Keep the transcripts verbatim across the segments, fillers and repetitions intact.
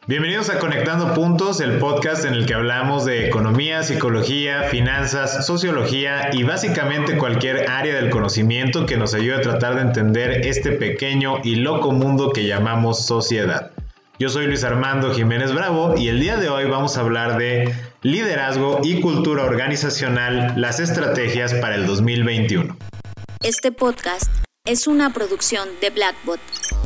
Bienvenidos a Conectando Puntos, el podcast en el que hablamos de economía, psicología, finanzas, sociología y básicamente cualquier área del conocimiento que nos ayude a tratar de entender este pequeño y loco mundo que llamamos sociedad. Yo soy Luis Armando Jiménez Bravo y el día de hoy vamos a hablar de liderazgo y cultura organizacional, las estrategias para el dos mil veintiuno. Este podcast es una producción de Blackbot.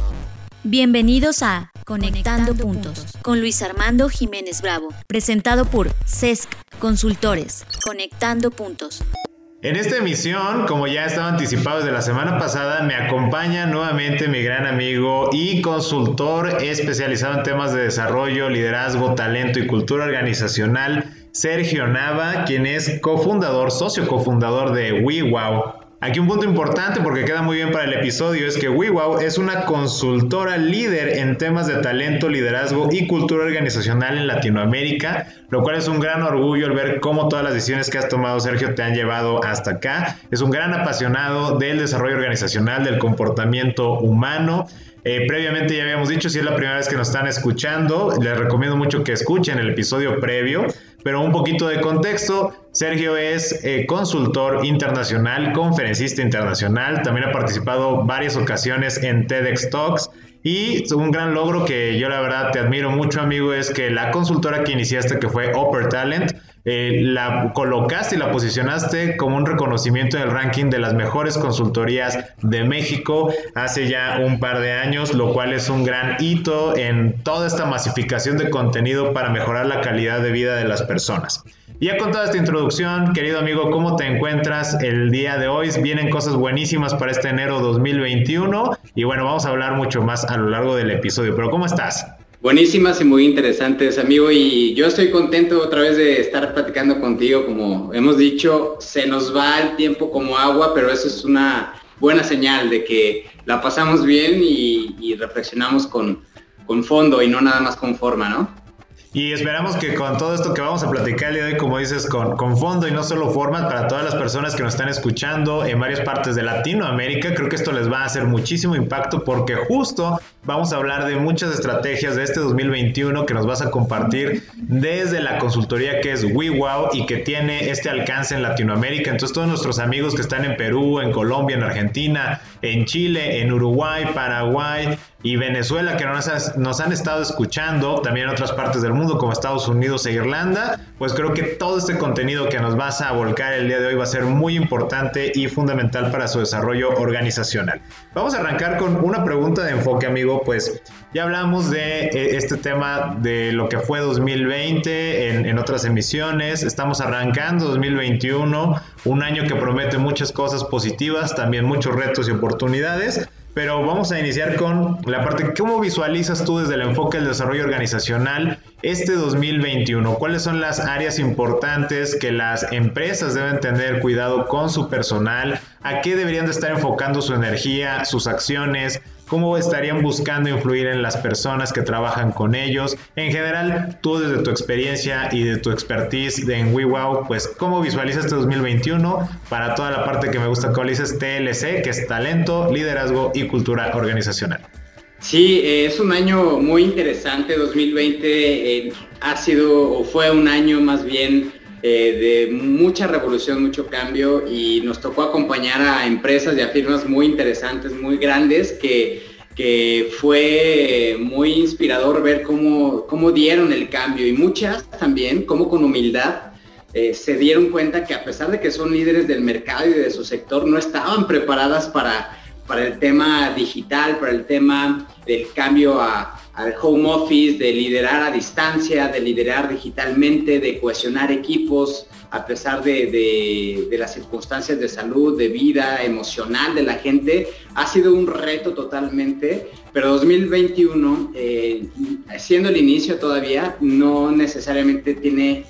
Bienvenidos a Conectando Puntos con Luis Armando Jiménez Bravo, presentado por C E S C Consultores. Conectando Puntos. En esta emisión, como ya estaba anticipado desde la semana pasada, me acompaña nuevamente mi gran amigo y consultor especializado en temas de desarrollo, liderazgo, talento y cultura organizacional, Sergio Nava, quien es cofundador, socio cofundador de WeWow. Aquí un punto importante porque queda muy bien para el episodio es que WeWow es una consultora líder en temas de talento, liderazgo y cultura organizacional en Latinoamérica, lo cual es un gran orgullo el ver cómo todas las decisiones que has tomado, Sergio, te han llevado hasta acá. Es un gran apasionado del desarrollo organizacional, del comportamiento humano. Eh, previamente ya habíamos dicho, si es la primera vez que nos están escuchando, les recomiendo mucho que escuchen el episodio previo, pero un poquito de contexto. Sergio es eh, consultor internacional, conferencista internacional, también ha participado varias ocasiones en TEDx Talks y un gran logro que yo la verdad te admiro mucho, amigo, es que la consultora que iniciaste, que fue Upper Talent, Eh, la colocaste y la posicionaste como un reconocimiento en el ranking de las mejores consultorías de México hace ya un par de años, lo cual es un gran hito en toda esta masificación de contenido para mejorar la calidad de vida de las personas. Y ya con toda esta introducción, querido amigo, ¿cómo te encuentras el día de hoy? Vienen cosas buenísimas para este enero dos mil veintiuno y bueno, vamos a hablar mucho más a lo largo del episodio, pero ¿cómo estás? Buenísimas y muy interesantes, amigo, y yo estoy contento otra vez de estar platicando contigo. Como hemos dicho, se nos va el tiempo como agua, pero eso es una buena señal de que la pasamos bien y, y reflexionamos con, con fondo y no nada más con forma, ¿no? Y esperamos que con todo esto que vamos a platicar el día de hoy, como dices, con, con fondo y no solo forma, para todas las personas que nos están escuchando en varias partes de Latinoamérica, creo que esto les va a hacer muchísimo impacto porque justo vamos a hablar de muchas estrategias de este dos mil veintiuno que nos vas a compartir desde la consultoría que es WeWow y que tiene este alcance en Latinoamérica. Entonces todos nuestros amigos que están en Perú, en Colombia, en Argentina, en Chile, en Uruguay, Paraguay y Venezuela, que nos, nos han estado escuchando, también en otras partes del mundo como Estados Unidos e Irlanda, pues creo que todo este contenido que nos vas a volcar el día de hoy va a ser muy importante y fundamental para su desarrollo organizacional. Vamos a arrancar con una pregunta de enfoque, amigo. Pues ya hablamos de eh, este tema de lo que fue dos mil veinte en, en otras emisiones. Estamos arrancando dos mil veintiuno, un año que promete muchas cosas positivas, también muchos retos y oportunidades. Pero vamos a iniciar con la parte, ¿cómo visualizas tú desde el enfoque del desarrollo organizacional este dos mil veintiuno? ¿Cuáles son las áreas importantes que las empresas deben tener cuidado con su personal? ¿A qué deberían de estar enfocando su energía, sus acciones? ¿Cómo estarían buscando influir en las personas que trabajan con ellos? En general, tú desde tu experiencia y de tu expertise de en WeWow, pues, ¿cómo visualizas este dos mil veintiuno para toda la parte que me gusta que dices T L C, que es talento, liderazgo y cultura organizacional? Sí, eh, es un año muy interesante. dos mil veinte eh, ha sido, o fue un año más bien, Eh, de mucha revolución, mucho cambio, y nos tocó acompañar a empresas y a firmas muy interesantes, muy grandes, que, que fue muy inspirador ver cómo, cómo dieron el cambio, y muchas también, cómo con humildad eh, se dieron cuenta que a pesar de que son líderes del mercado y de su sector, no estaban preparadas para, para el tema digital, para el tema del cambio a al home office, de liderar a distancia, de liderar digitalmente, de cohesionar equipos a pesar de, de, de las circunstancias de salud, de vida emocional de la gente. Ha sido un reto totalmente, pero dos mil veintiuno, eh, siendo el inicio todavía, no necesariamente tiene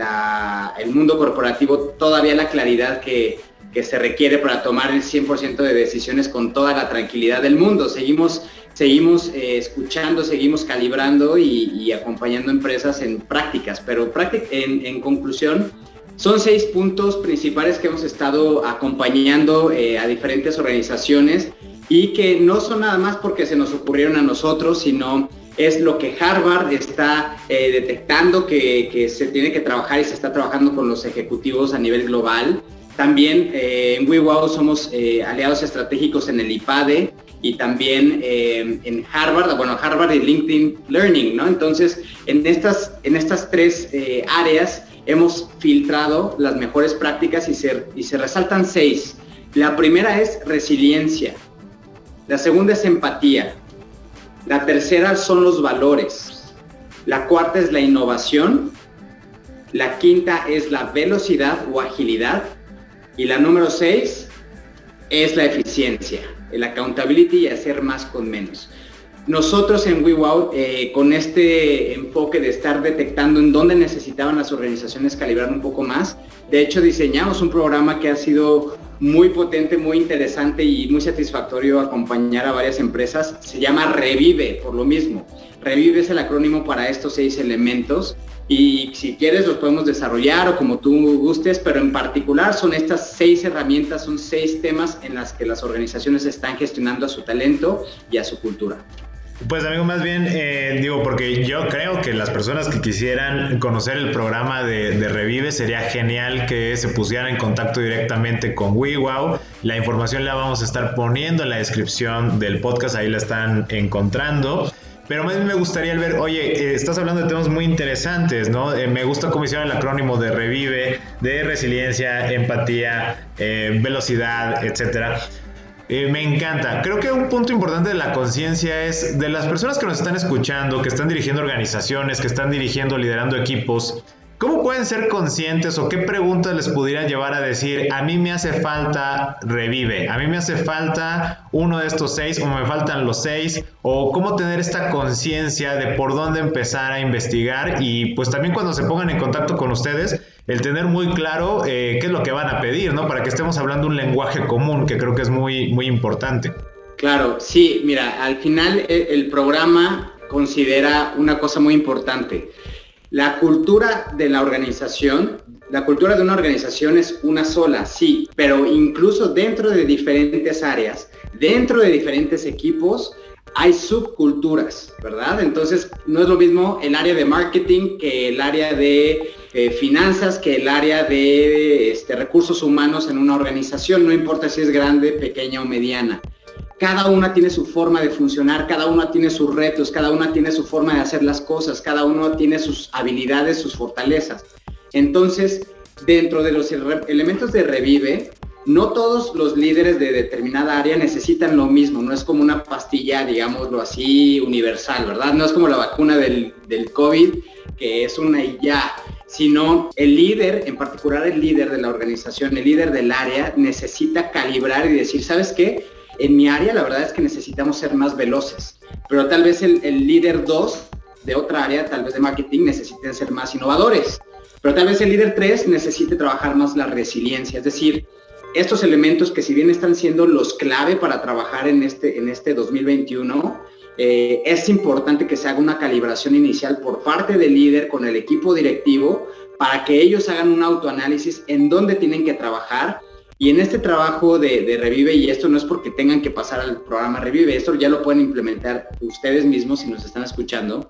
la, el mundo corporativo todavía la claridad que, que se requiere para tomar el cien por ciento de decisiones con toda la tranquilidad del mundo. Seguimos Seguimos eh, escuchando, seguimos calibrando y, y acompañando empresas en prácticas, pero práctic- en, en conclusión, son seis puntos principales que hemos estado acompañando eh, a diferentes organizaciones y que no son nada más porque se nos ocurrieron a nosotros, sino es lo que Harvard está eh, detectando que, que se tiene que trabajar y se está trabajando con los ejecutivos a nivel global. También eh, en WeWow somos eh, aliados estratégicos en el I P A D E y también eh, en Harvard, bueno, Harvard y LinkedIn Learning, ¿no? Entonces, en estas, en estas tres eh, áreas hemos filtrado las mejores prácticas y se, y se resaltan seis. La primera es resiliencia, la segunda es empatía, la tercera son los valores, la cuarta es la innovación, la quinta es la velocidad o agilidad y la número seis es la eficiencia, el accountability y hacer más con menos. Nosotros en WeWow, eh, con este enfoque de estar detectando en dónde necesitaban las organizaciones calibrar un poco más, de hecho diseñamos un programa que ha sido muy potente, muy interesante y muy satisfactorio acompañar a varias empresas. Se llama Revive, por lo mismo. Revive es el acrónimo para estos seis elementos y si quieres los podemos desarrollar o como tú gustes, pero en particular son estas seis herramientas, son seis temas en las que las organizaciones están gestionando a su talento y a su cultura. Pues amigo, más bien eh, digo, porque yo creo que las personas que quisieran conocer el programa de, de Revive sería genial que se pusieran en contacto directamente con WeWow. La información la vamos a estar poniendo en la descripción del podcast, ahí la están encontrando. Pero más bien me gustaría ver, oye, eh, estás hablando de temas muy interesantes, ¿no? Eh, me gusta cómo hicieron el acrónimo de Revive, de resiliencia, empatía, eh, velocidad, etcétera. Eh, me encanta. Creo que un punto importante de la conciencia es de las personas que nos están escuchando, que están dirigiendo organizaciones, que están dirigiendo, liderando equipos. ¿Cómo pueden ser conscientes o qué preguntas les pudieran llevar a decir, a mí me hace falta Revive, a mí me hace falta uno de estos seis o me faltan los seis? O cómo tener esta conciencia de por dónde empezar a investigar y pues también cuando se pongan en contacto con ustedes, el tener muy claro eh, qué es lo que van a pedir, ¿no? Para que estemos hablando un lenguaje común, que creo que es muy, muy importante. Claro, sí, mira, al final el, el programa considera una cosa muy importante. La cultura de la organización, la cultura de una organización es una sola, sí, pero incluso dentro de diferentes áreas, dentro de diferentes equipos, hay subculturas, ¿verdad? Entonces, no es lo mismo el área de marketing que el área de eh, finanzas, que el área de este, recursos humanos en una organización, no importa si es grande, pequeña o mediana. Cada una tiene su forma de funcionar, cada una tiene sus retos, cada una tiene su forma de hacer las cosas, cada uno tiene sus habilidades, sus fortalezas. Entonces, dentro de los elementos de Revive, no todos los líderes de determinada área necesitan lo mismo, no es como una pastilla, digámoslo así, universal, ¿verdad? No es como la vacuna del, del COVID, que es una y ya, sino el líder, en particular el líder de la organización, el líder del área, necesita calibrar y decir, ¿sabes qué? En mi área la verdad es que necesitamos ser más veloces, pero tal vez el, el líder dos de otra área, tal vez de marketing, necesiten ser más innovadores, pero tal vez el líder tres necesite trabajar más la resiliencia, es decir, estos elementos que si bien están siendo los clave para trabajar en este, en este dos mil veintiuno, eh, es importante que se haga una calibración inicial por parte del líder con el equipo directivo para que ellos hagan un autoanálisis en dónde tienen que trabajar. Y en este trabajo de, de Revive, y esto no es porque tengan que pasar al programa Revive, esto ya lo pueden implementar ustedes mismos si nos están escuchando,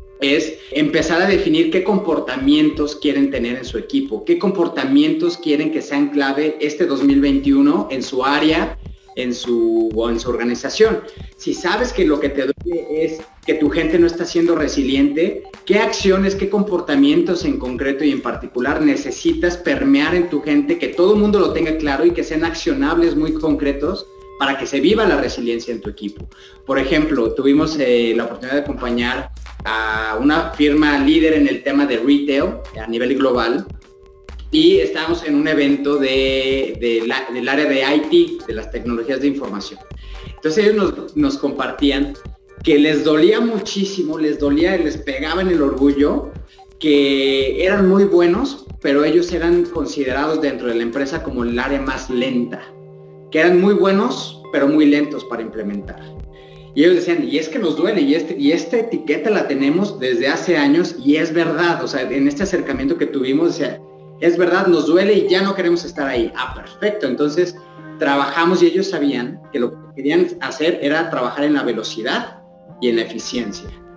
es empezar a definir qué comportamientos quieren tener en su equipo, qué comportamientos quieren que sean clave este dos mil veintiuno en su área, en su, o en su organización. Si sabes que lo que te duele es que tu gente no está siendo resiliente, ¿qué acciones, qué comportamientos en concreto y en particular necesitas permear en tu gente, que todo el mundo lo tenga claro y que sean accionables muy concretos para que se viva la resiliencia en tu equipo? Por ejemplo, tuvimos eh, la oportunidad de acompañar a una firma líder en el tema de retail a nivel global y estábamos en un evento de, de la, del área de I T, de las tecnologías de información. Entonces ellos nos, nos compartían que les dolía muchísimo, les dolía, les pegaba en el orgullo, que eran muy buenos, pero ellos eran considerados dentro de la empresa como el área más lenta, que eran muy buenos, pero muy lentos para implementar. Y ellos decían, y es que nos duele, y, este, y esta etiqueta la tenemos desde hace años, y es verdad, o sea, en este acercamiento que tuvimos, decía, es verdad, nos duele y ya no queremos estar ahí. Ah, perfecto, entonces trabajamos y ellos sabían que lo que querían hacer era trabajar en la velocidad y en la eficiencia.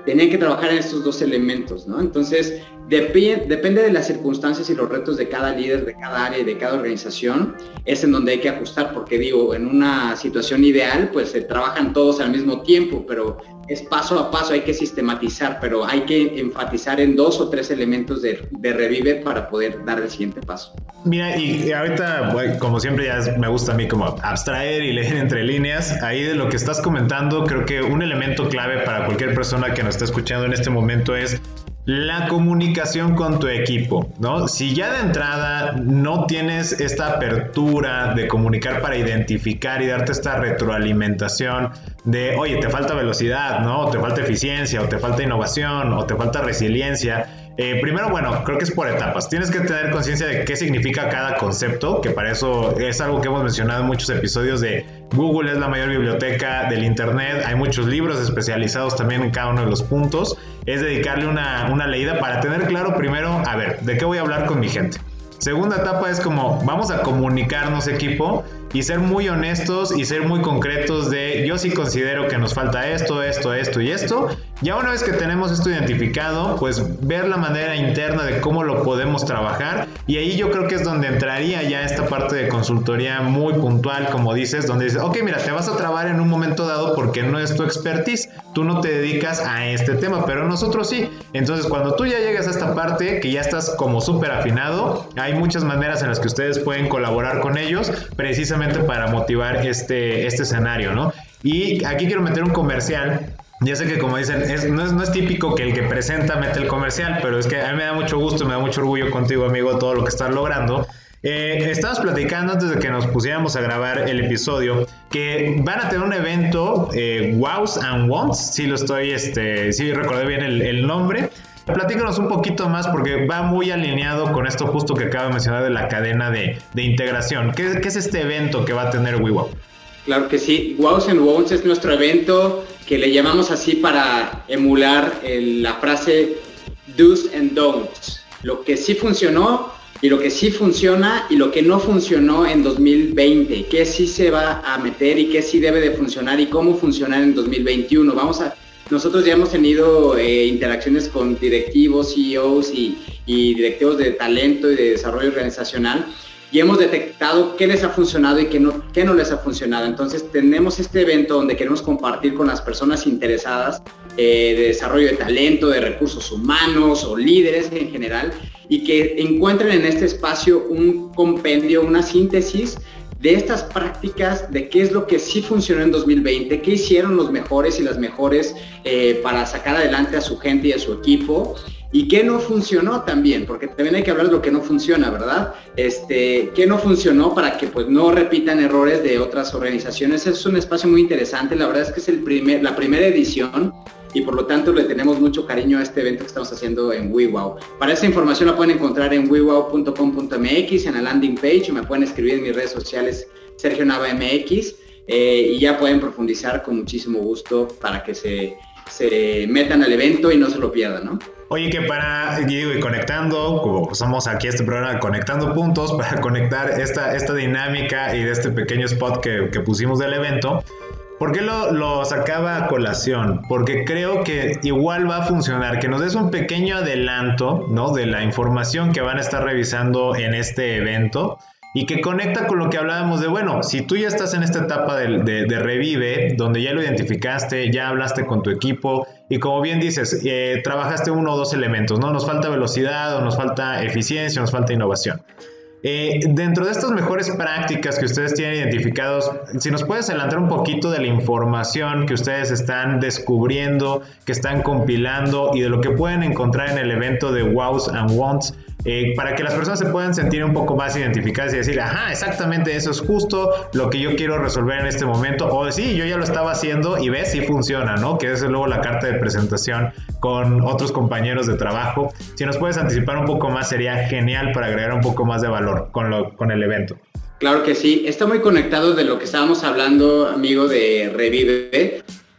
tenían que trabajar en estos dos elementos, ¿no? Entonces, dep- depende de las circunstancias y los retos de cada líder, de cada área y de cada organización, es en donde hay que ajustar, porque digo, en una situación ideal, pues se trabajan todos al mismo tiempo, pero es paso a paso, hay que sistematizar, pero hay que enfatizar en dos o tres elementos de, de Revive para poder dar el siguiente paso. Mira, y ahorita, como siempre, ya me gusta a mí como abstraer y leer entre líneas. Ahí de lo que estás comentando, creo que un elemento clave para cualquier persona que nos está escuchando en este momento es la comunicación con tu equipo, ¿no? Si ya de entrada no tienes esta apertura de comunicar para identificar y darte esta retroalimentación de, oye, te falta velocidad, ¿no? O te falta eficiencia, o te falta innovación, o te falta resiliencia. Eh, primero, bueno, creo que es por etapas. Tienes que tener conciencia de qué significa cada concepto, que para eso es algo que hemos mencionado en muchos episodios de Google es la mayor biblioteca del Internet. Hay muchos libros especializados también en cada uno de los puntos. Es dedicarle una, una leída para tener claro primero, a ver, ¿de qué voy a hablar con mi gente? Segunda etapa es como, vamos a comunicarnos, equipo, y ser muy honestos y ser muy concretos de, yo sí considero que nos falta esto, esto, esto y esto. Ya una vez que tenemos esto identificado, pues ver la manera interna de cómo lo podemos trabajar, y ahí yo creo que es donde entraría ya esta parte de consultoría muy puntual, como dices, donde dices, ok, mira, te vas a trabar en un momento dado porque no es tu expertise, tú no te dedicas a este tema, pero nosotros sí. Entonces, cuando tú ya llegas a esta parte, que ya estás como súper afinado, hay muchas maneras en las que ustedes pueden colaborar con ellos, precisamente para motivar este, este escenario, ¿no? Y aquí quiero meter un comercial. Ya sé que, como dicen, es, no, es, no es típico que el que presenta mete el comercial, pero es que a mí me da mucho gusto, me da mucho orgullo contigo, amigo, todo lo que estás logrando. Eh, estábamos platicando antes de que nos pusiéramos a grabar el episodio que van a tener un evento, eh, Wows and Wants, si lo estoy, este, si recordé bien el, el nombre. Platícanos un poquito más porque va muy alineado con esto justo que acabo de mencionar de la cadena de, de integración. ¿Qué, ¿Qué es este evento que va a tener WeWow? Claro que sí, Wows and Wants es nuestro evento que le llamamos así para emular el, la frase do's and don'ts. Lo que sí funcionó y lo que sí funciona y lo que no funcionó en dos mil veinte. Qué sí se va a meter y qué sí debe de funcionar y cómo funcionar en dos mil veintiuno. Vamos a... Nosotros ya hemos tenido eh, interacciones con directivos, C E Os y, y directivos de talento y de desarrollo organizacional y hemos detectado qué les ha funcionado y qué no, qué no les ha funcionado. Entonces tenemos este evento donde queremos compartir con las personas interesadas eh, de desarrollo de talento, de recursos humanos o líderes en general y que encuentren en este espacio un compendio, una síntesis de estas prácticas, de qué es lo que sí funcionó en dos mil veinte, qué hicieron los mejores y las mejores eh, para sacar adelante a su gente y a su equipo, y qué no funcionó también, porque también hay que hablar de lo que no funciona, ¿verdad? Este, qué no funcionó para que pues no repitan errores de otras organizaciones. Es un espacio muy interesante, la verdad es que es el primer, la primera edición, y por lo tanto le tenemos mucho cariño a este evento que estamos haciendo en WeWow. Para esta información la pueden encontrar en wewow punto com punto m x, en la landing page, o me pueden escribir en mis redes sociales Sergio Nava M X, eh, y ya pueden profundizar con muchísimo gusto para que se, se metan al evento y no se lo pierdan, ¿no? Oye, que para ir conectando, como somos aquí este programa Conectando Puntos, para conectar esta, esta dinámica y de este pequeño spot que, que pusimos del evento, ¿por qué lo, lo sacaba a colación? Porque creo que igual va a funcionar, que nos des un pequeño adelanto, ¿no?, de la información que van a estar revisando en este evento y que conecta con lo que hablábamos de, bueno, si tú ya estás en esta etapa de, de, de Revive, donde ya lo identificaste, ya hablaste con tu equipo y como bien dices, eh, trabajaste uno o dos elementos, ¿no? Nos falta velocidad o nos falta eficiencia, nos falta innovación. Eh, dentro de estas mejores prácticas que ustedes tienen identificados, si nos puedes adelantar un poquito de la información que ustedes están descubriendo, que están compilando y de lo que pueden encontrar en el evento de Wows and Wants, eh, para que las personas se puedan sentir un poco más identificadas y decir, ajá, exactamente eso es justo lo que yo quiero resolver en este momento, o sí, yo ya lo estaba haciendo y ves, sí funciona, ¿no? Que es luego la carta de presentación con otros compañeros de trabajo. Si nos puedes anticipar un poco más, sería genial para agregar un poco más de valor con, lo, con el evento. Claro que sí, está muy conectado de lo que estábamos hablando, amigo, de Revive,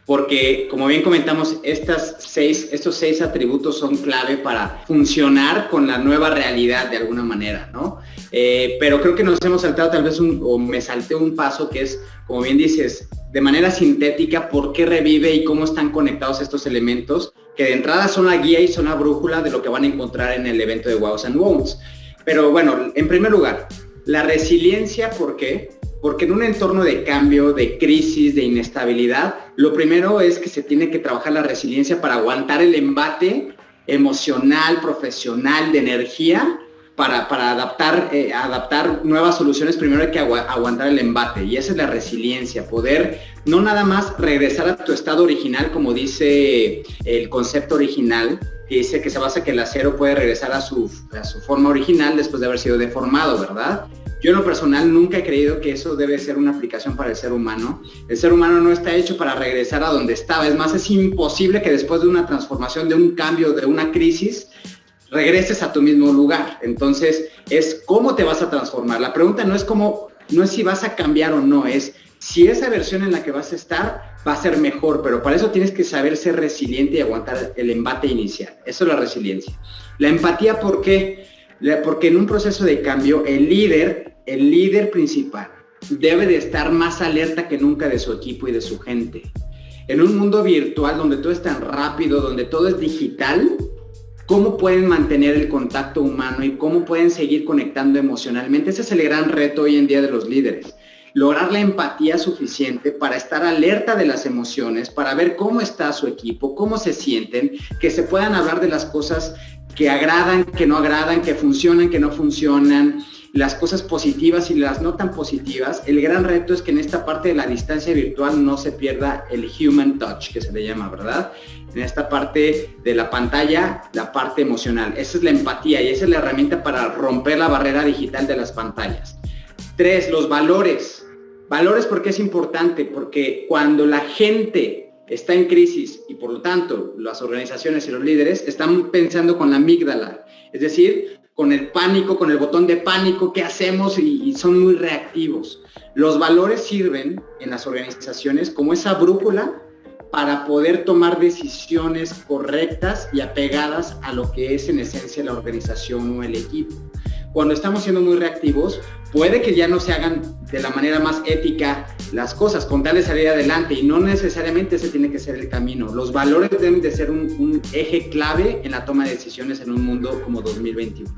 porque, como bien comentamos, estas seis, estos seis atributos son clave para funcionar con la nueva realidad de alguna manera, ¿no? Eh, pero creo que nos hemos saltado tal vez un, o me salté un paso que es, como bien dices, de manera sintética, por qué revive y cómo están conectados estos elementos, que de entrada son la guía y son la brújula de lo que van a encontrar en el evento de Wows and Wounds. Pero bueno, en primer lugar, la resiliencia, ¿por qué? Porque en un entorno de cambio, de crisis, de inestabilidad, lo primero es que se tiene que trabajar la resiliencia para aguantar el embate emocional, profesional, de energía, para, para adaptar, eh, adaptar nuevas soluciones. Primero hay que agu- aguantar el embate, y esa es la resiliencia, poder no nada más regresar a tu estado original, como dice el concepto original, que dice que se basa que el acero puede regresar a su, a su forma original después de haber sido deformado, ¿verdad? Yo en lo personal nunca he creído que eso debe ser una aplicación para el ser humano. El ser humano no está hecho para regresar a donde estaba. Es más, es imposible que después de una transformación, de un cambio, de una crisis, regreses a tu mismo lugar. Entonces, es cómo te vas a transformar. La pregunta no es cómo, no es si vas a cambiar o no, es si esa versión en la que vas a estar va a ser mejor, pero para eso tienes que saber ser resiliente y aguantar el embate inicial. Eso es la resiliencia. La empatía, ¿por qué? Porque en un proceso de cambio, el líder, el líder principal, debe de estar más alerta que nunca de su equipo y de su gente. En un mundo virtual donde todo es tan rápido, donde todo es digital, ¿cómo pueden mantener el contacto humano y cómo pueden seguir conectando emocionalmente? Ese es el gran reto hoy en día de los líderes. Lograr la empatía suficiente para estar alerta de las emociones, para ver cómo está su equipo, cómo se sienten, que se puedan hablar de las cosas que agradan, que no agradan, que funcionan, que no funcionan, las cosas positivas y las no tan positivas. El gran reto es que en esta parte de la distancia virtual no se pierda el human touch, que se le llama, ¿verdad? En esta parte de la pantalla, la parte emocional. Esa es la empatía y esa es la herramienta para romper la barrera digital de las pantallas. Tres, los valores. Valores, ¿por qué es importante? Porque cuando la gente está en crisis y por lo tanto las organizaciones y los líderes están pensando con la amígdala, es decir, con el pánico, con el botón de pánico, ¿qué hacemos? Y, y son muy reactivos. Los valores sirven en las organizaciones como esa brújula para poder tomar decisiones correctas y apegadas a lo que es en esencia la organización o el equipo. Cuando estamos siendo muy reactivos, puede que ya no se hagan de la manera más ética las cosas, con tal de salir adelante, y no necesariamente ese tiene que ser el camino. Los valores deben de ser un, un eje clave en la toma de decisiones en un mundo como dos mil veintiuno.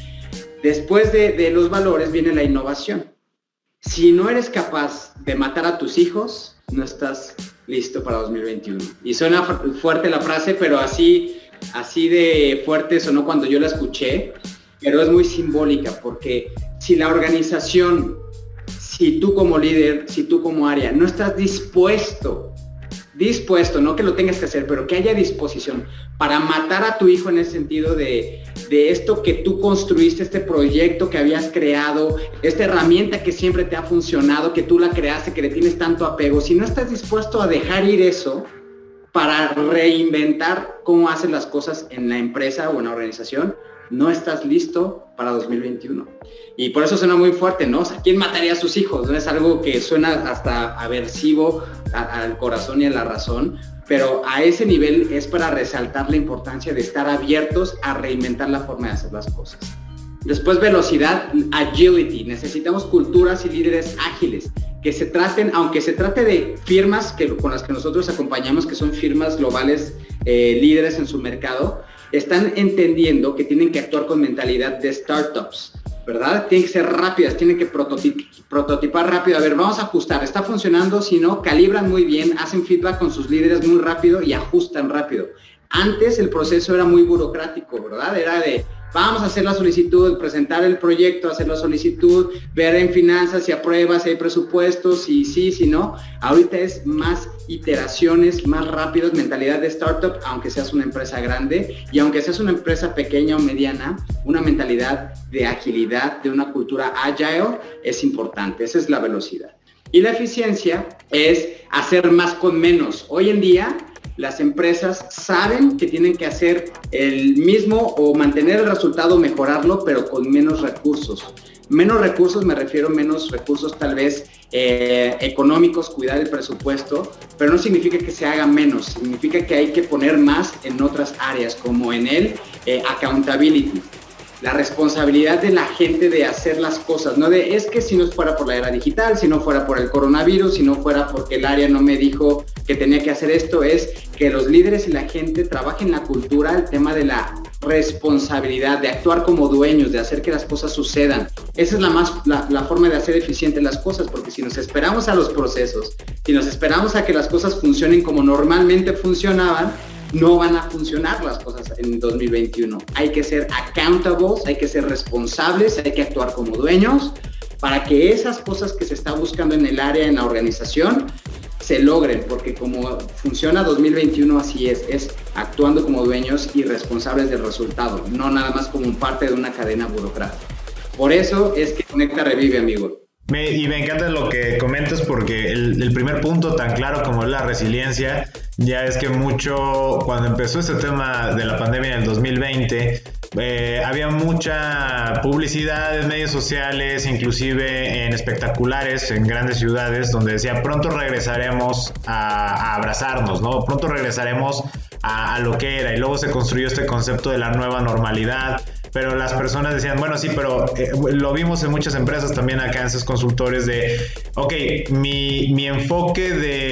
Después de, de los valores viene la innovación. Si no eres capaz de matar a tus hijos, no estás listo para dos mil veintiuno. Y suena fuerte la frase, pero así, así de fuerte sonó cuando yo la escuché. Pero es muy simbólica, porque si la organización, si tú como líder, si tú como área, no estás dispuesto, dispuesto, no que lo tengas que hacer, pero que haya disposición para matar a tu hijo en el sentido de, de esto que tú construiste, este proyecto que habías creado, esta herramienta que siempre te ha funcionado, que tú la creaste, que le tienes tanto apego, si no estás dispuesto a dejar ir eso para reinventar cómo haces las cosas en la empresa o en la organización, no estás listo para dos mil veintiuno. Y por eso suena muy fuerte, ¿no? O sea, ¿quién mataría a sus hijos? No es algo que suena hasta aversivo a, al corazón y a la razón, pero a ese nivel es para resaltar la importancia de estar abiertos a reinventar la forma de hacer las cosas. Después, velocidad, agility. Necesitamos culturas y líderes ágiles, que se traten, aunque se trate de firmas que, con las que nosotros acompañamos, que son firmas globales, eh, líderes en su mercado, están entendiendo que tienen que actuar con mentalidad de startups, ¿verdad? Tienen que ser rápidas, tienen que prototip- prototipar rápido. A ver, vamos a ajustar, ¿está funcionando? Si no, calibran muy bien, hacen feedback con sus líderes muy rápido y ajustan rápido. Antes el proceso era muy burocrático, ¿verdad? Era de, vamos a hacer la solicitud, presentar el proyecto, hacer la solicitud, ver en finanzas si apruebas, si hay presupuestos, si sí, si no. Ahorita es más iteraciones, más rápidos, mentalidad de startup, aunque seas una empresa grande, y aunque seas una empresa pequeña o mediana, una mentalidad de agilidad, de una cultura agile es importante. Esa es la velocidad. Y la eficiencia es hacer más con menos. Hoy en día las empresas saben que tienen que hacer el mismo o mantener el resultado, mejorarlo, pero con menos recursos. Menos recursos, me refiero a menos recursos tal vez eh, económicos, cuidar el presupuesto, pero no significa que se haga menos, significa que hay que poner más en otras áreas, como en el eh, accountability, la responsabilidad de la gente de hacer las cosas, no de es que si no fuera por la era digital, si no fuera por el coronavirus, si no fuera porque el área no me dijo que tenía que hacer esto, es que los líderes y la gente trabajen la cultura, el tema de la responsabilidad, de actuar como dueños, de hacer que las cosas sucedan. Esa es la, más, la, la forma de hacer eficientes las cosas, porque si nos esperamos a los procesos, si nos esperamos a que las cosas funcionen como normalmente funcionaban, no van a funcionar las cosas en dos mil veintiuno. Hay que ser accountables, hay que ser responsables, hay que actuar como dueños para que esas cosas que se está buscando en el área, en la organización, se logren, porque como funciona dos mil veintiuno así es, es actuando como dueños y responsables del resultado, no nada más como parte de una cadena burocrática. Por eso es que Conecta revive, amigo. Me, y me encanta lo que comentas porque el, el primer punto tan claro como es la resiliencia, ya es que mucho, cuando empezó este tema de la pandemia en el dos mil veinte, eh, había mucha publicidad en medios sociales, inclusive en espectaculares en grandes ciudades, donde decía pronto regresaremos a, a abrazarnos, ¿no? Pronto regresaremos a, a lo que era, y luego se construyó este concepto de la nueva normalidad. Pero las personas decían, bueno, sí, pero eh, lo vimos en muchas empresas también acá en esos consultores de, ok, mi, mi enfoque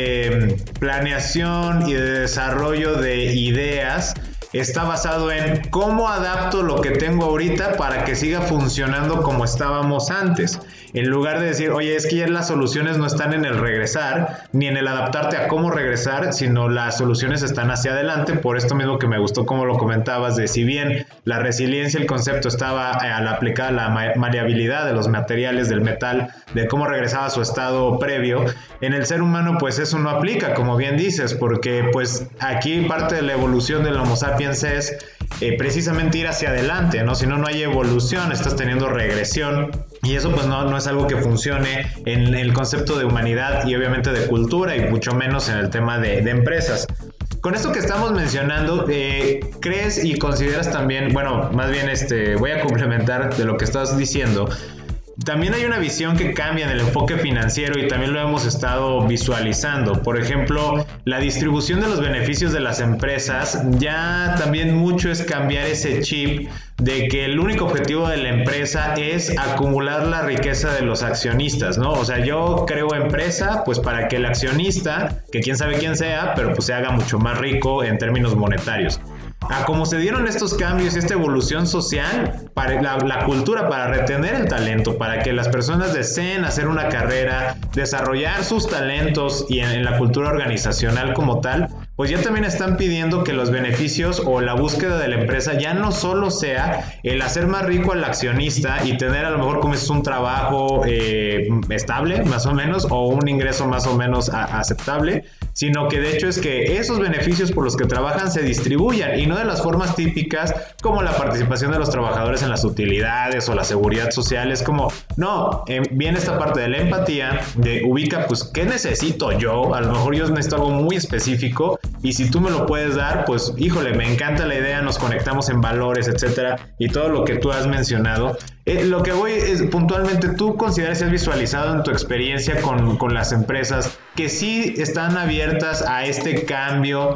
de planeación y de desarrollo de ideas está basado en cómo adapto lo que tengo ahorita para que siga funcionando como estábamos antes. En lugar de decir, oye, es que ya las soluciones no están en el regresar, ni en el adaptarte a cómo regresar, sino las soluciones están hacia adelante. Por esto mismo que me gustó como lo comentabas, de si bien la resiliencia, el concepto estaba al aplicar la maleabilidad de los materiales, del metal, de cómo regresaba a su estado previo, en el ser humano pues eso no aplica, como bien dices, porque pues aquí parte de la evolución del Homo sapiens es eh, precisamente ir hacia adelante, ¿no? Si no, no hay evolución, estás teniendo regresión. Y eso pues no, no es algo que funcione en el concepto de humanidad y obviamente de cultura, y mucho menos en el tema de, de empresas. Con esto que estamos mencionando, eh, ¿crees y consideras también, bueno, más bien este, voy a complementar de lo que estás diciendo? También hay una visión que cambia en el enfoque financiero y también lo hemos estado visualizando. Por ejemplo, la distribución de los beneficios de las empresas, ya también mucho es cambiar ese chip de que el único objetivo de la empresa es acumular la riqueza de los accionistas, ¿no? O sea, yo creo empresa pues para que el accionista, que quién sabe quién sea, pero pues se haga mucho más rico en términos monetarios. A cómo se dieron estos cambios y esta evolución social, para la, la cultura para retener el talento, para que las personas deseen hacer una carrera, desarrollar sus talentos y en, en la cultura organizacional como tal, pues ya también están pidiendo que los beneficios o la búsqueda de la empresa ya no solo sea el hacer más rico al accionista y tener a lo mejor como es un trabajo eh, estable más o menos o un ingreso más o menos a, aceptable, sino que de hecho es que esos beneficios por los que trabajan se distribuyan y no de las formas típicas como la participación de los trabajadores en las utilidades o la seguridad social. Es como, no, eh, viene esta parte de la empatía, de ubica pues qué necesito yo, a lo mejor yo necesito algo muy específico y si tú me lo puedes dar, pues híjole, me encanta la idea, nos conectamos en valores, etcétera, y todo lo que tú has mencionado. Eh, lo que voy es, puntualmente, ¿tú consideras y has visualizado en tu experiencia con, con las empresas que sí están abiertas a este cambio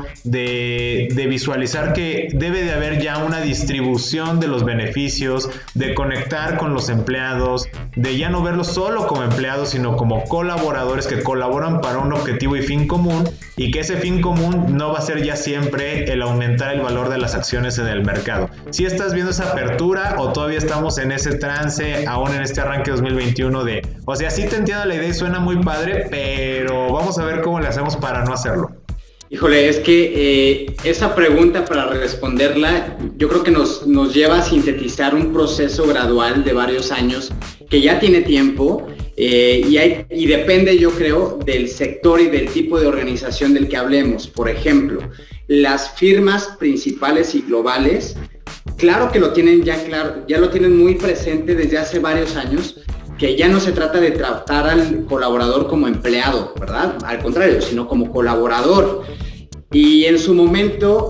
de, de visualizar que debe de haber ya una distribución de los beneficios, de conectar con los empleados, de ya no verlos solo como empleados, sino como colaboradores que colaboran para un objetivo y fin común, y que ese fin común no va a ser ya siempre el aumentar el valor de las acciones en el mercado? ¿Sí estás viendo esa apertura o todavía estamos en ese trance aún en este arranque dos mil veintiuno de, o sea, sí te entiendo la idea y suena muy padre, pero vamos a ver cómo le hacemos para no hacerlo? Híjole, es que eh, esa pregunta, para responderla, yo creo que nos, nos lleva a sintetizar un proceso gradual de varios años que ya tiene tiempo eh, y, hay, y depende, yo creo, del sector y del tipo de organización del que hablemos. Por ejemplo, las firmas principales y globales, claro que lo tienen ya claro, ya lo tienen muy presente desde hace varios años, que ya no se trata de tratar al colaborador como empleado, ¿verdad? Al contrario, sino como colaborador. Y en su momento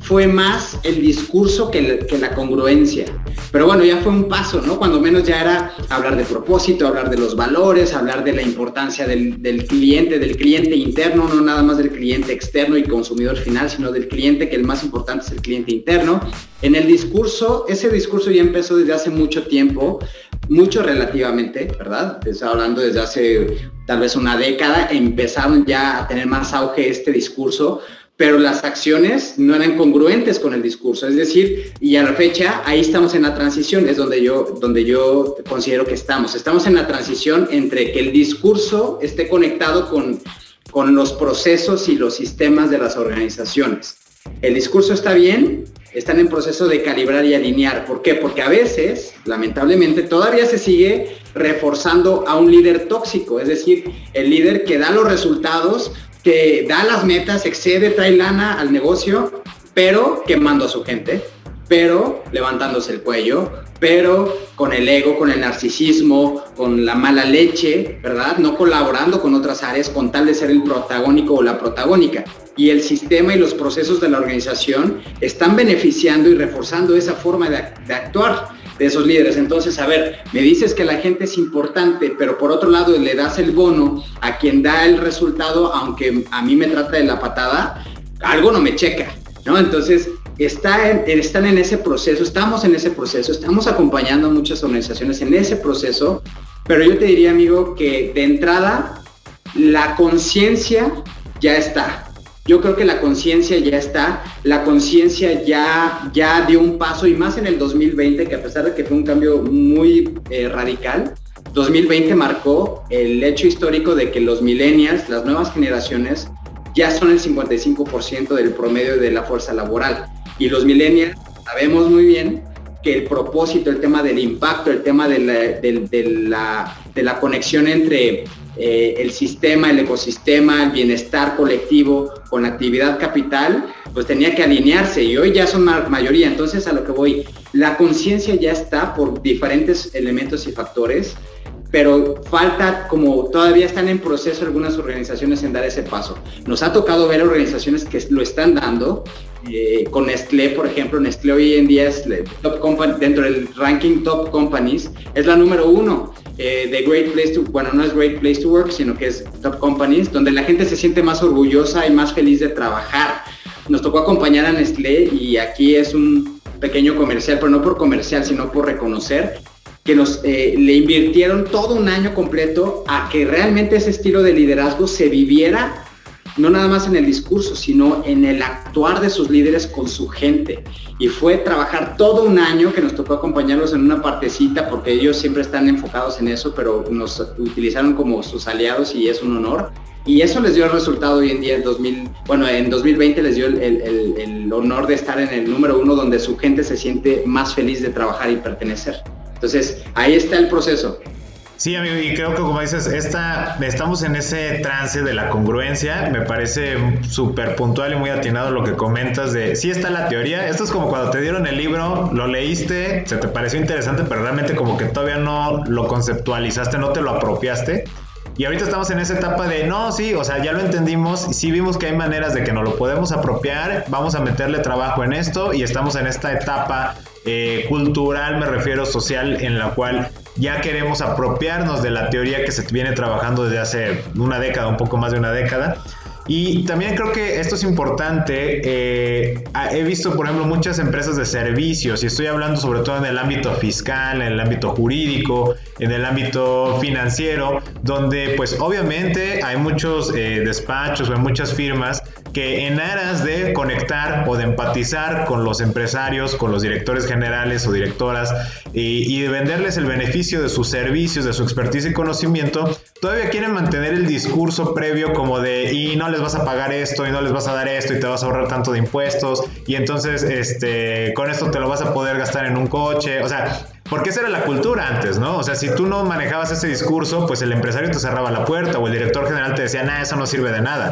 fue más el discurso que, el, que la congruencia. Pero bueno, ya fue un paso, ¿no? Cuando menos ya era hablar de propósito, hablar de los valores, hablar de la importancia del, del cliente, del cliente interno, no nada más del cliente externo y consumidor final, sino del cliente, que el más importante es el cliente interno. En el discurso, ese discurso ya empezó desde hace mucho tiempo, mucho relativamente, ¿verdad? Estaba hablando desde hace tal vez una década, empezaron ya a tener más auge este discurso, pero las acciones no eran congruentes con el discurso, es decir, y a la fecha ahí estamos en la transición, es donde yo, donde yo considero que estamos. Estamos en la transición entre que el discurso esté conectado con, con los procesos y los sistemas de las organizaciones. El discurso está bien, están en proceso de calibrar y alinear. ¿Por qué? Porque a veces, lamentablemente, todavía se sigue reforzando a un líder tóxico, es decir, el líder que da los resultados, que da las metas, excede, trae lana al negocio, pero quemando a su gente, pero levantándose el cuello, pero con el ego, con el narcisismo, con la mala leche, ¿verdad? No colaborando con otras áreas con tal de ser el protagónico o la protagónica. Y el sistema y los procesos de la organización están beneficiando y reforzando esa forma de, de actuar de esos líderes. Entonces, a ver, me dices que la gente es importante, pero por otro lado le das el bono a quien da el resultado, aunque a mí me trata de la patada, algo no me checa, ¿no? Entonces, está en, están en ese proceso, estamos en ese proceso, estamos acompañando a muchas organizaciones en ese proceso, pero yo te diría, amigo, que de entrada, la conciencia ya está. Yo creo que la conciencia ya está, la conciencia ya, ya dio un paso, y más en el dos mil veinte, que a pesar de que fue un cambio muy eh, radical, dos mil veinte marcó el hecho histórico de que los millennials, las nuevas generaciones, ya son el cincuenta y cinco por ciento del promedio de la fuerza laboral. Y los millennials sabemos muy bien que el propósito, el tema del impacto, el tema de la, de, de la, de la conexión entre eh, el sistema, el ecosistema, el bienestar colectivo con la actividad capital, pues tenía que alinearse, y hoy ya son ma- mayoría. Entonces, a lo que voy, la conciencia ya está por diferentes elementos y factores, pero falta, como todavía están en proceso algunas organizaciones en dar ese paso. Nos ha tocado ver organizaciones que lo están dando, eh, con Nestlé, por ejemplo. Nestlé hoy en día es top company, dentro del ranking Top Companies, es la número uno eh, de Great Place to, bueno, no es Great Place to Work, sino que es Top Companies, donde la gente se siente más orgullosa y más feliz de trabajar. Nos tocó acompañar a Nestlé, y aquí es un pequeño comercial, pero no por comercial, sino por reconocer que nos eh, le invirtieron todo un año completo a que realmente ese estilo de liderazgo se viviera, no nada más en el discurso, sino en el actuar de sus líderes con su gente. Y fue trabajar todo un año, que nos tocó acompañarlos en una partecita, porque ellos siempre están enfocados en eso, pero nos utilizaron como sus aliados, y es un honor. Y eso les dio el resultado hoy en día, en dos mil, bueno, en dos mil veinte les dio el, el, el, el honor de estar en el número uno, donde su gente se siente más feliz de trabajar y pertenecer. Entonces, ahí está el proceso. Sí, amigo, y creo que, como dices, esta, estamos en ese trance de la congruencia. Me parece súper puntual y muy atinado lo que comentas de, sí está la teoría. Esto es como cuando te dieron el libro, lo leíste, se te pareció interesante, pero realmente como que todavía no lo conceptualizaste, no te lo apropiaste. Y ahorita estamos en esa etapa de, no, sí, o sea, ya lo entendimos, sí vimos que hay maneras de que nos lo podemos apropiar, vamos a meterle trabajo en esto, y estamos en esta etapa eh, cultural, me refiero social, en la cual ya queremos apropiarnos de la teoría que se viene trabajando desde hace una década, un poco más de una década. Y también creo que esto es importante. Eh, he visto, por ejemplo, muchas empresas de servicios, y estoy hablando sobre todo en el ámbito fiscal, en el ámbito jurídico, en el ámbito financiero, donde pues obviamente hay muchos eh, despachos o hay muchas firmas que, en aras de conectar o de empatizar con los empresarios, con los directores generales o directoras, y, y de venderles el beneficio de sus servicios, de su expertise y conocimiento, todavía quieren mantener el discurso previo como de, y no les vas a pagar esto, y no les vas a dar esto, y te vas a ahorrar tanto de impuestos, y entonces este, con esto te lo vas a poder gastar en un coche. O sea, porque esa era la cultura antes, ¿no? O sea, si tú no manejabas ese discurso, pues el empresario te cerraba la puerta, o el director general te decía, nah, eso no sirve de nada.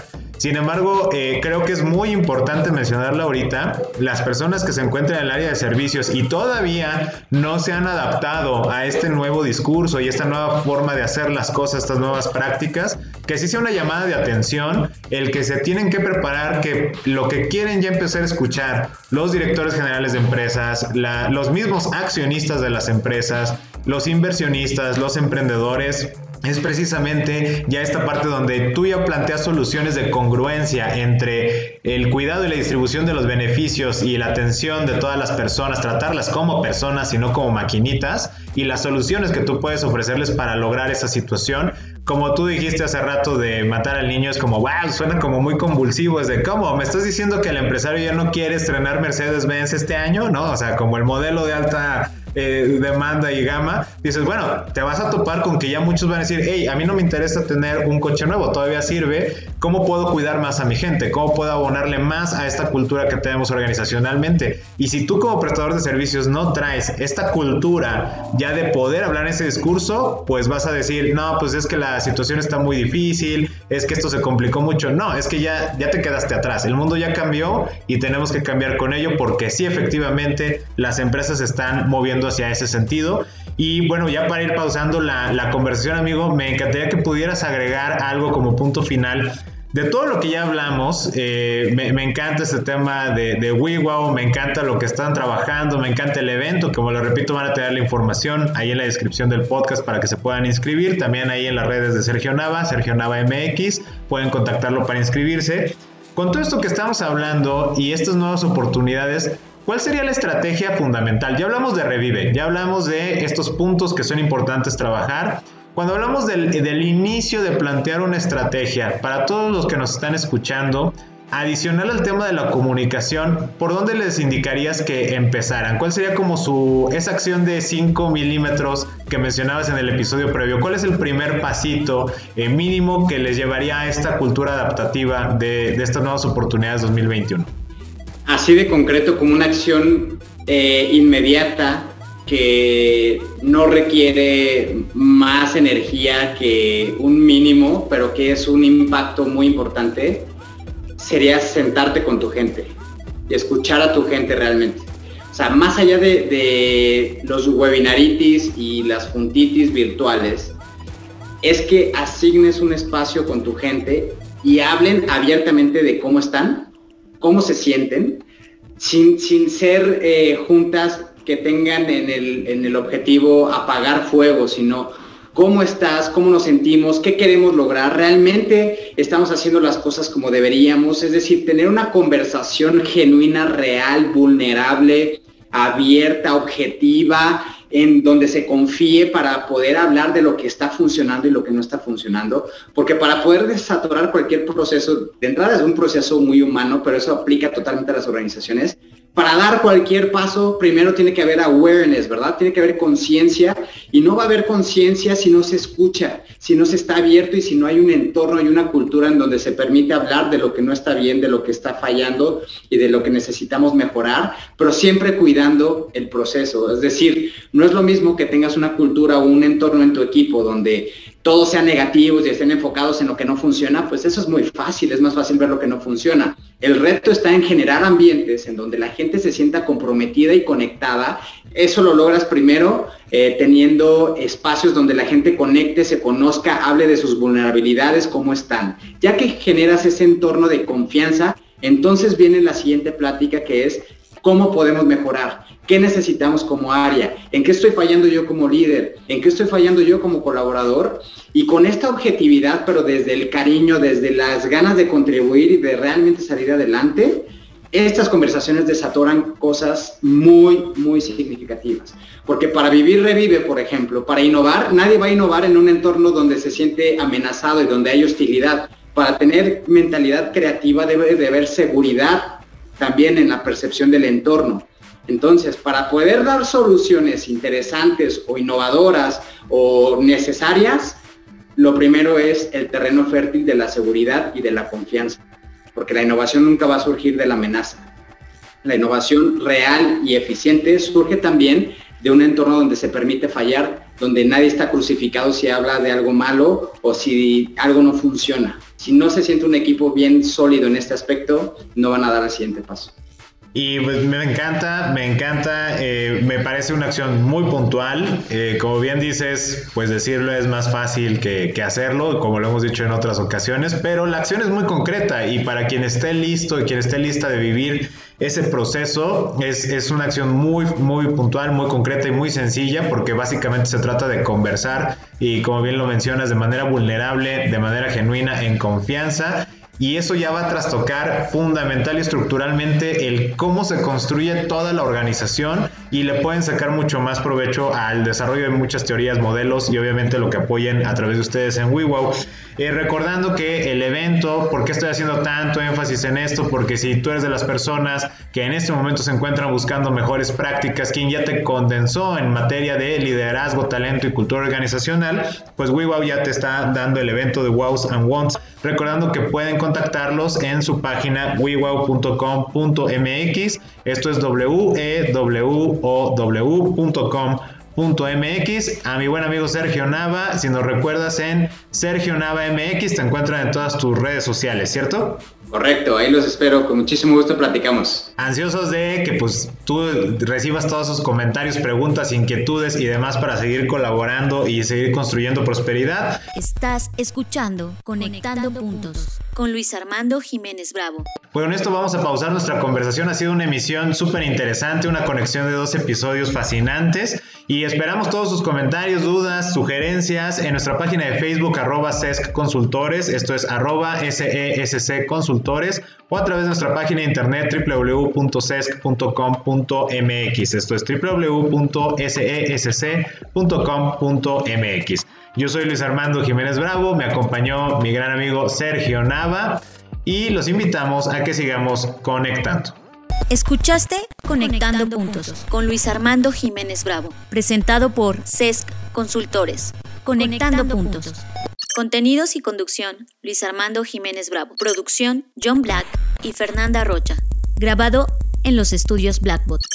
Sin embargo, eh, creo que es muy importante mencionarlo ahorita. Las personas que se encuentran en el área de servicios y todavía no se han adaptado a este nuevo discurso y esta nueva forma de hacer las cosas, estas nuevas prácticas, que sí sea una llamada de atención, el que se tienen que preparar, que lo que quieren ya empezar a escuchar los directores generales de empresas, la, los mismos accionistas de las empresas, los inversionistas, los emprendedores, es precisamente ya esta parte donde tú ya planteas soluciones de congruencia entre el cuidado y la distribución de los beneficios y la atención de todas las personas, tratarlas como personas y no como maquinitas, y las soluciones que tú puedes ofrecerles para lograr esa situación. Como tú dijiste hace rato de matar al niño, es como, wow, suena como muy convulsivo, es de, ¿cómo? ¿Me estás diciendo que el empresario ya no quiere estrenar Mercedes-Benz este año? No, o sea, como el modelo de alta eh, demanda y gama, dices, bueno, te vas a topar con que ya muchos van a decir, hey, a mí no me interesa tener un coche nuevo, todavía sirve, ¿cómo puedo cuidar más a mi gente? ¿Cómo puedo abonarle más a esta cultura que tenemos organizacionalmente? Y si tú como prestador de servicios no traes esta cultura ya de poder hablar en ese discurso, pues vas a decir, no, pues es que la situación está muy difícil, es que esto se complicó mucho. No, es que ya, ya te quedaste atrás, el mundo ya cambió y tenemos que cambiar con ello, porque sí, efectivamente, las empresas se están moviendo hacia ese sentido. Y bueno, ya para ir pausando la, la conversación, amigo, me encantaría que pudieras agregar algo como punto final de todo lo que ya hablamos. eh, me, me encanta este tema de, de WeWow, me encanta lo que están trabajando, me encanta el evento, como lo repito, van a tener la información ahí en la descripción del podcast para que se puedan inscribir, también ahí en las redes de Sergio Nava, Sergio Nava M X, pueden contactarlo para inscribirse. Con todo esto que estamos hablando y estas nuevas oportunidades, ¿cuál sería la estrategia fundamental? Ya hablamos de Revive, ya hablamos de estos puntos que son importantes trabajar. Cuando hablamos del, del inicio de plantear una estrategia, para todos los que nos están escuchando, adicional al tema de la comunicación, ¿por dónde les indicarías que empezaran? ¿Cuál sería como su esa acción de cinco milímetros que mencionabas en el episodio previo? ¿Cuál es el primer pasito eh, mínimo que les llevaría a esta cultura adaptativa de, de estas nuevas oportunidades dos mil veintiuno? Así de concreto, como una acción eh, inmediata que no requiere más energía que un mínimo, pero que es un impacto muy importante, sería sentarte con tu gente y escuchar a tu gente realmente. O sea, más allá de, de los webinaritis y las juntitis virtuales, es que asignes un espacio con tu gente y hablen abiertamente de cómo están, cómo se sienten, sin, sin ser eh, juntas que tengan en el, en el objetivo apagar fuego, sino cómo estás, cómo nos sentimos, qué queremos lograr, realmente estamos haciendo las cosas como deberíamos, es decir, tener una conversación genuina, real, vulnerable, abierta, objetiva, en donde se confíe para poder hablar de lo que está funcionando y lo que no está funcionando, porque para poder desaturar cualquier proceso, de entrada es un proceso muy humano, pero eso aplica totalmente a las organizaciones. Para dar cualquier paso, primero tiene que haber awareness, ¿verdad? Tiene que haber conciencia, y no va a haber conciencia si no se escucha, si no se está abierto y si no hay un entorno y una cultura en donde se permite hablar de lo que no está bien, de lo que está fallando y de lo que necesitamos mejorar, pero siempre cuidando el proceso. Es decir, no es lo mismo que tengas una cultura o un entorno en tu equipo donde todos sean negativos y estén enfocados en lo que no funciona, pues eso es muy fácil, es más fácil ver lo que no funciona. El reto está en generar ambientes en donde la gente se sienta comprometida y conectada. Eso lo logras primero eh, teniendo espacios donde la gente conecte, se conozca, hable de sus vulnerabilidades, cómo están. Ya que generas ese entorno de confianza, entonces viene la siguiente plática, que es cómo podemos mejorar, qué necesitamos como área, en qué estoy fallando yo como líder, en qué estoy fallando yo como colaborador, y con esta objetividad, pero desde el cariño, desde las ganas de contribuir y de realmente salir adelante, estas conversaciones desatoran cosas muy, muy significativas. Porque para vivir Revive, por ejemplo, para innovar, nadie va a innovar en un entorno donde se siente amenazado y donde hay hostilidad. Para tener mentalidad creativa debe de haber seguridad también en la percepción del entorno. Entonces, para poder dar soluciones interesantes o innovadoras o necesarias, lo primero es el terreno fértil de la seguridad y de la confianza, porque la innovación nunca va a surgir de la amenaza. La innovación real y eficiente surge también de un entorno donde se permite fallar, donde nadie está crucificado si habla de algo malo o si algo no funciona. Si no se siente un equipo bien sólido en este aspecto, no van a dar el siguiente paso. Y pues me encanta, me encanta, eh, me parece una acción muy puntual. Eh, como bien dices, pues decirlo es más fácil que, que hacerlo, como lo hemos dicho en otras ocasiones, pero la acción es muy concreta y para quien esté listo y quien esté lista de vivir ese proceso, es, es una acción muy, muy puntual, muy concreta y muy sencilla, porque básicamente se trata de conversar y, como bien lo mencionas, de manera vulnerable, de manera genuina, en confianza. Y eso ya va a trastocar fundamental y estructuralmente el cómo se construye toda la organización y le pueden sacar mucho más provecho al desarrollo de muchas teorías, modelos y obviamente lo que apoyen a través de ustedes en WeWow. Eh, recordando que el evento, ¿por qué estoy haciendo tanto énfasis en esto? Porque si tú eres de las personas que en este momento se encuentran buscando mejores prácticas, quien ya te condensó en materia de liderazgo, talento y cultura organizacional, pues WeWow ya te está dando el evento de Wows and Wants. Recordando que pueden contactarlos en su página wewow punto com punto m x. Esto es w e w o w punto com punto m x. A mi buen amigo Sergio Nava, si nos recuerdas, en Sergio Nava M X te encuentran en todas tus redes sociales, ¿cierto? Correcto, ahí los espero, con muchísimo gusto platicamos. Ansiosos de que pues tú recibas todos esos comentarios, preguntas, inquietudes y demás para seguir colaborando y seguir construyendo prosperidad. Estás escuchando Conectando, Conectando Puntos con Luis Armando Jiménez Bravo. Bueno, en esto vamos a pausar nuestra conversación. Ha sido una emisión súper interesante, una conexión de dos episodios fascinantes y esperamos todos sus comentarios, dudas, sugerencias en nuestra página de Facebook arroba sesc consultores, esto es arroba sesc consultores, o a través de nuestra página de internet w w w punto sesc punto com punto m x, esto es w w w punto sesc punto com punto m x. Yo soy Luis Armando Jiménez Bravo, me acompañó mi gran amigo Sergio Nava y los invitamos a que sigamos conectando. Escuchaste Conectando, Conectando Puntos, Puntos con Luis Armando Jiménez Bravo, presentado por Sesc Consultores. Conectando, Conectando Puntos. Puntos. Contenidos y conducción, Luis Armando Jiménez Bravo. Producción, John Black y Fernanda Rocha. Grabado en los estudios Blackbot.